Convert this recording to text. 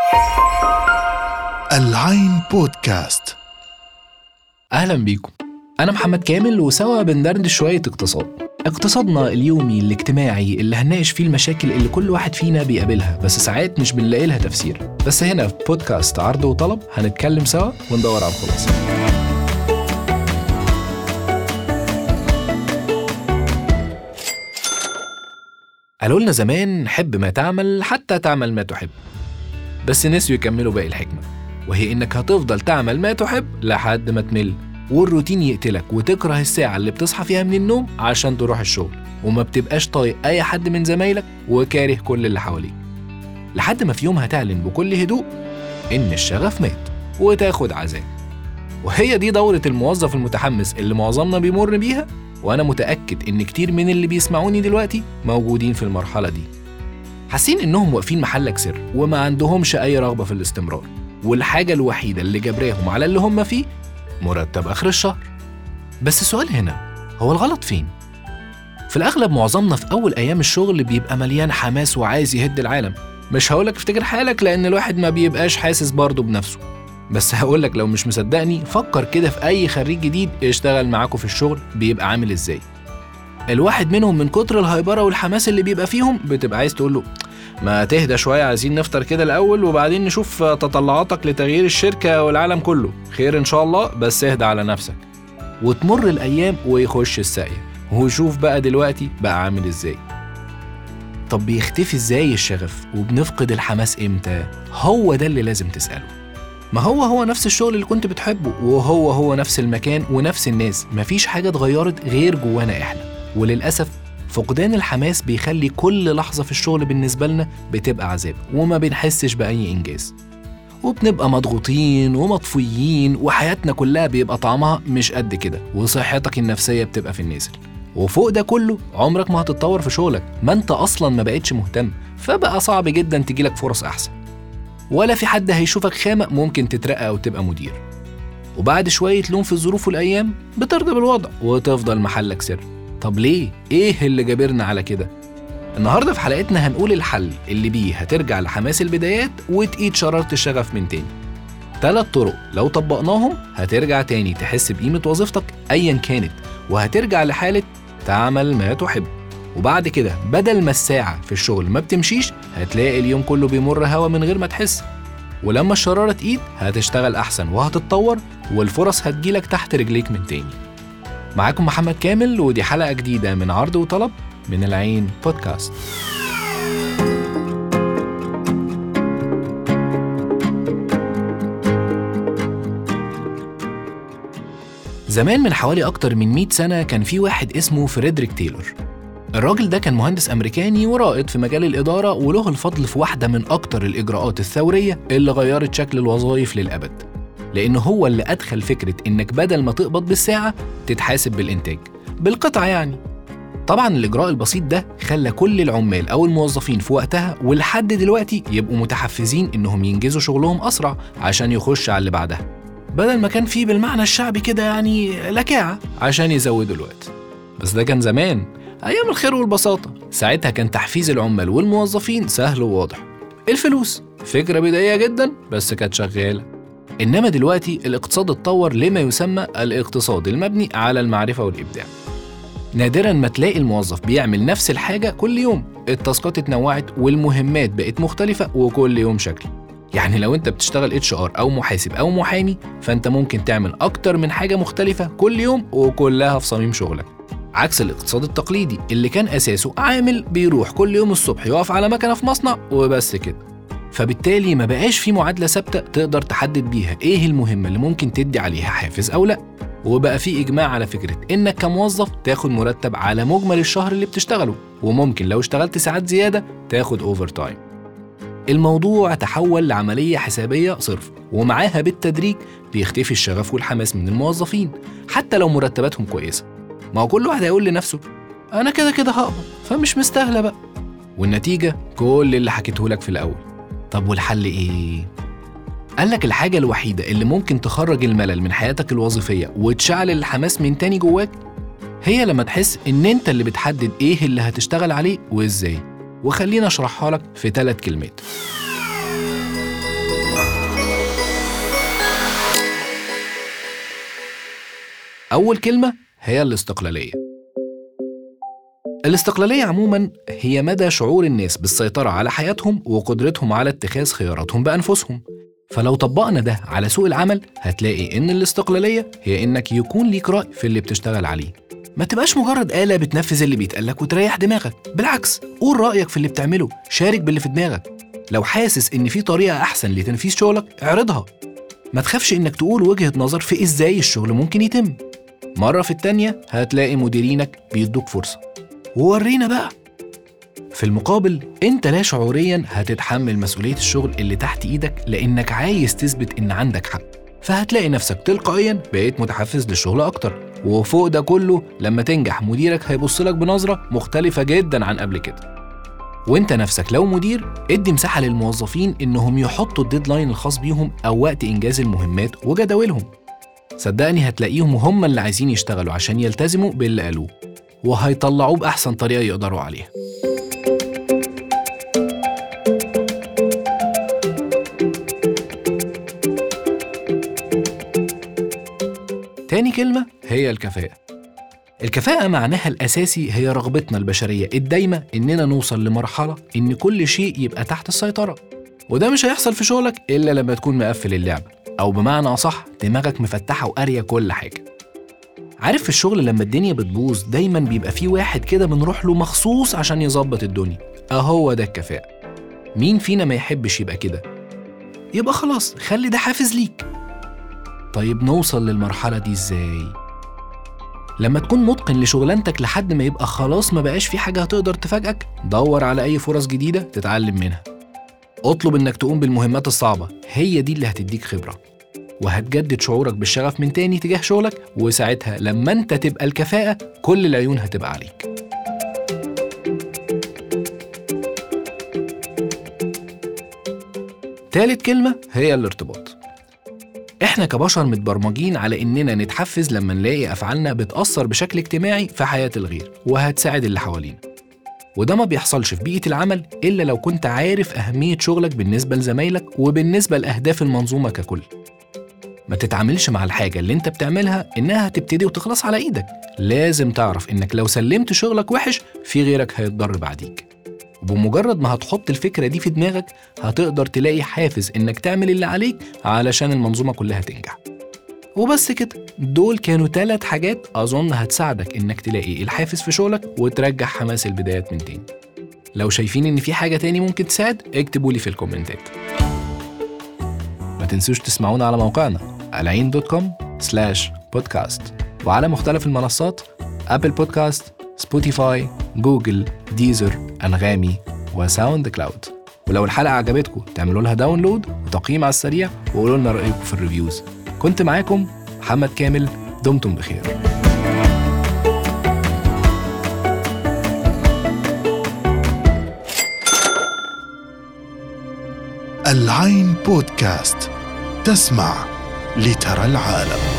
العين بودكاست. أهلا بيكم، أنا محمد كامل وسوا بندردش شوية اقتصادنا اليومي الاجتماعي اللي هنناقش فيه المشاكل اللي كل واحد فينا بيقابلها بس ساعات مش بنلاقي لها تفسير. بس هنا في بودكاست عرض وطلب هنتكلم سوا وندور على الخلاصة. قالوا لنا زمان حب ما تعمل حتى تعمل ما تحب، بس نسيوا يكملوا باقي الحكمة، وهي إنك هتفضل تعمل ما تحب لحد ما تمل والروتين يقتلك وتكره الساعة اللي بتصحى فيها من النوم عشان تروح الشغل، وما بتبقاش طايق أي حد من زمايلك وكاره كل اللي حواليك، لحد ما في يوم هتعلن بكل هدوء إن الشغف مات وتاخد عذاب. وهي دي دورة الموظف المتحمس اللي معظمنا بيمر بيها، وأنا متأكد إن كتير من اللي بيسمعوني دلوقتي موجودين في المرحلة دي، حاسين إنهم واقفين محلك سر وما عندهمش أي رغبة في الاستمرار، والحاجة الوحيدة اللي جبراهم على اللي هم فيه مرتب آخر الشهر. بس السؤال هنا، هو الغلط فين؟ في الأغلب معظمنا في أول أيام الشغل بيبقى مليان حماس وعايز يهد العالم. مش هقولك افتكر حالك لأن الواحد ما بيبقاش حاسس برضه بنفسه، بس هقولك لو مش مصدقني فكر كده في أي خريج جديد اشتغل معاكم في الشغل بيبقى عامل إزاي. الواحد منهم من كتر الهايبرة والحماس اللي بيبقى فيهم بتبقى عايز تقوله ما تهدى شوية، عايزين نفطر كده الأول وبعدين نشوف تطلعاتك لتغيير الشركة والعالم كله، خير إن شاء الله بس اهدى على نفسك. وتمر الأيام ويخش الساقية وشوف بقى دلوقتي بقى عامل إزاي. طب بيختفي إزاي الشغف وبنفقد الحماس إمتى؟ هو ده اللي لازم تسأله. ما هو نفس الشغل اللي كنت بتحبه، وهو نفس المكان ونفس الناس، مفيش حاجة اتغيرت غير جوانا إحنا. وللأسف فقدان الحماس بيخلي كل لحظة في الشغل بالنسبة لنا بتبقى عذاب وما بنحسش بأي إنجاز، وبنبقى مضغوطين ومطفيين، وحياتنا كلها بيبقى طعمها مش قد كده، وصحتك النفسية بتبقى في النازل. وفوق ده كله عمرك ما هتتطور في شغلك، ما انت أصلا ما بقتش مهتم، فبقى صعب جدا تجيلك فرص أحسن، ولا في حد هيشوفك خامة ممكن تترقى أو تبقى مدير. وبعد شوية لوم في الظروف والأيام بترضى بالوضع وتفضل محلك سر. طب ليه؟ إيه اللي جابرنا على كده؟ النهاردة في حلقتنا هنقول الحل اللي بيه هترجع لحماس البدايات وتقيد شرارة الشغف من تاني. 3 طرق لو طبقناهم هترجع تاني تحس بقيمة وظيفتك أيا كانت، وهترجع لحالة تعمل ما تحب. وبعد كده بدل ما الساعة في الشغل ما بتمشيش هتلاقي اليوم كله بيمر هوا من غير ما تحس، ولما الشرارة تقيد هتشتغل أحسن وهتتطور والفرص هتجيلك تحت رجليك من تاني. معاكم محمد كامل، ودي حلقة جديدة من عرض وطلب من العين بودكاست. زمان من حوالي أكتر من 100 سنة كان في واحد اسمه فريدريك تايلور. الراجل ده كان مهندس أمريكاني ورائد في مجال الإدارة، وله الفضل في واحدة من أكتر الإجراءات الثورية اللي غيرت شكل الوظائف للأبد، لأنه هو اللي أدخل فكرة إنك بدل ما تقبض بالساعة تتحاسب بالإنتاج، بالقطعة يعني. طبعا الإجراء البسيط ده خلى كل العمال أو الموظفين في وقتها ولحد دلوقتي يبقوا متحفزين إنهم ينجزوا شغلهم أسرع عشان يخش على اللي بعدها، بدل ما كان فيه بالمعنى الشعبي كده يعني لكاعة عشان يزودوا الوقت. بس ده كان زمان، أيام الخير والبساطة. ساعتها كان تحفيز العمال والموظفين سهل وواضح، الفلوس، فكرة بدائية جدا بس كانت شغالة. إنما دلوقتي الاقتصاد اتطور لما يسمى الاقتصاد المبني على المعرفة والإبداع. نادراً ما تلاقي الموظف بيعمل نفس الحاجة كل يوم، التاسكات اتنوعت والمهمات بقت مختلفة وكل يوم شكل. يعني لو انت بتشتغل HR أو محاسب أو محامي فانت ممكن تعمل أكتر من حاجة مختلفة كل يوم وكلها في صميم شغلك، عكس الاقتصاد التقليدي اللي كان أساسه عامل بيروح كل يوم الصبح يقف على مكنة في مصنع وبس كده. فبالتالي ما بقاش في معادلة ثابتة تقدر تحدد بيها ايه المهمة اللي ممكن تدي عليها حافز أو لا، وبقى في إجماع على فكرة إنك كموظف تاخد مرتب على مجمل الشهر اللي بتشتغله، وممكن لو اشتغلت ساعات زيادة تاخد أوفر تايم. الموضوع تحول لعملية حسابية صرف، ومعاها بالتدريج بيختفي الشغف والحماس من الموظفين حتى لو مرتباتهم كويسة. ما هو كل واحد هيقول لنفسه أنا كده كده هقبض فمش مستاهلة بقى، والنتيجة كل اللي حكيته لك في الأول. طب والحل إيه؟ قالك الحاجة الوحيدة اللي ممكن تخرج الملل من حياتك الوظيفية وتشعل الحماس من تاني جواك هي لما تحس إن أنت اللي بتحدد إيه اللي هتشتغل عليه وإزاي. وخلينا أشرحها لك في 3 كلمات: أول كلمة هي الاستقلالية. الاستقلالية عموماً هي مدى شعور الناس بالسيطرة على حياتهم وقدرتهم على اتخاذ خياراتهم بأنفسهم. فلو طبقنا ده على سوق العمل هتلاقي إن الاستقلالية هي إنك يكون ليك رأي في اللي بتشتغل عليه، ما تبقاش مجرد آلة بتنفذ اللي بيتقالك وتريح دماغك. بالعكس، قول رأيك في اللي بتعمله، شارك باللي في دماغك. لو حاسس إن في طريقة أحسن لتنفيذ شغلك اعرضها. ما تخافش إنك تقول وجهة نظر في إزاي الشغل ممكن يتم. مرة في التانية هتلاقي مديرينك بيدوك فرصة، وورينا بقى. في المقابل انت لا شعوريا هتتحمل مسؤولية الشغل اللي تحت ايدك لانك عايز تثبت ان عندك حق، فهتلاقي نفسك تلقائيا بقيت متحفز للشغل اكتر. وفوق ده كله لما تنجح مديرك هيبصلك بنظرة مختلفة جدا عن قبل كده. وانت نفسك لو مدير ادي مساحة للموظفين انهم يحطوا الديدلاين الخاص بيهم او وقت انجاز المهمات وجداولهم. صدقني هتلاقيهم هم اللي عايزين يشتغلوا عشان يلتزموا باللي قالوه، وهيطلعوه بأحسن طريقة يقدروا عليها. تاني كلمة هي الكفاءة. الكفاءة معناها الأساسي هي رغبتنا البشرية الدايمة إننا نوصل لمرحلة إن كل شيء يبقى تحت السيطرة، وده مش هيحصل في شغلك إلا لما تكون مقفل اللعبة، أو بمعنى أصح دماغك مفتحة وقارية كل حاجة. عارف في الشغل لما الدنيا بتبوظ دايما بيبقى فيه واحد كده بنروح له مخصوص عشان يظبط الدنيا، أهو ده الكفاءة. مين فينا ما يحبش يبقى كده؟ يبقى خلاص خلي ده حافز ليك. طيب نوصل للمرحلة دي إزاي؟ لما تكون متقن لشغلانتك لحد ما يبقى خلاص ما بقاش في حاجة هتقدر تفاجئك، دور على أي فرص جديدة تتعلم منها. اطلب إنك تقوم بالمهمات الصعبة، هي دي اللي هتديك خبرة وهتجدد شعورك بالشغف من تاني تجاه شغلك، وساعتها لما انت تبقى الكفاءة كل العيون هتبقى عليك. تالت كلمة هي الارتباط. احنا كبشر متبرمجين على اننا نتحفز لما نلاقي افعالنا بتأثر بشكل اجتماعي في حياة الغير وهتساعد اللي حوالينا، وده ما بيحصلش في بيئة العمل إلا لو كنت عارف أهمية شغلك بالنسبة لزمايلك وبالنسبة لأهداف المنظومة ككل. ما تتعاملش مع الحاجة اللي انت بتعملها إنها تبتدي وتخلص على إيدك، لازم تعرف إنك لو سلمت شغلك وحش في غيرك هيتضر بعديك. وبمجرد ما هتحط الفكرة دي في دماغك هتقدر تلاقي حافز إنك تعمل اللي عليك علشان المنظومة كلها تنجح. وبس كده، دول كانوا 3 حاجات أظن هتساعدك إنك تلاقي الحافز في شغلك وترجع حماس البدايات من تاني. لو شايفين إن في حاجة تاني ممكن تساعد اكتبوا لي في الكومنتات. ما تنسوش تسمعونا على موقعنا العين.com/podcast وعلى مختلف المنصات أبل بودكاست، سبوتيفاي، جوجل، ديزر، أنغامي وساوند كلاود. ولو الحلقة عجبتكم تعملوا لها داونلود وتقييم على السريع وقولوا لنا رأيكم في الريفيوز. كنت معاكم محمد كامل، دمتم بخير. العين بودكاست، تسمع لترى العالم.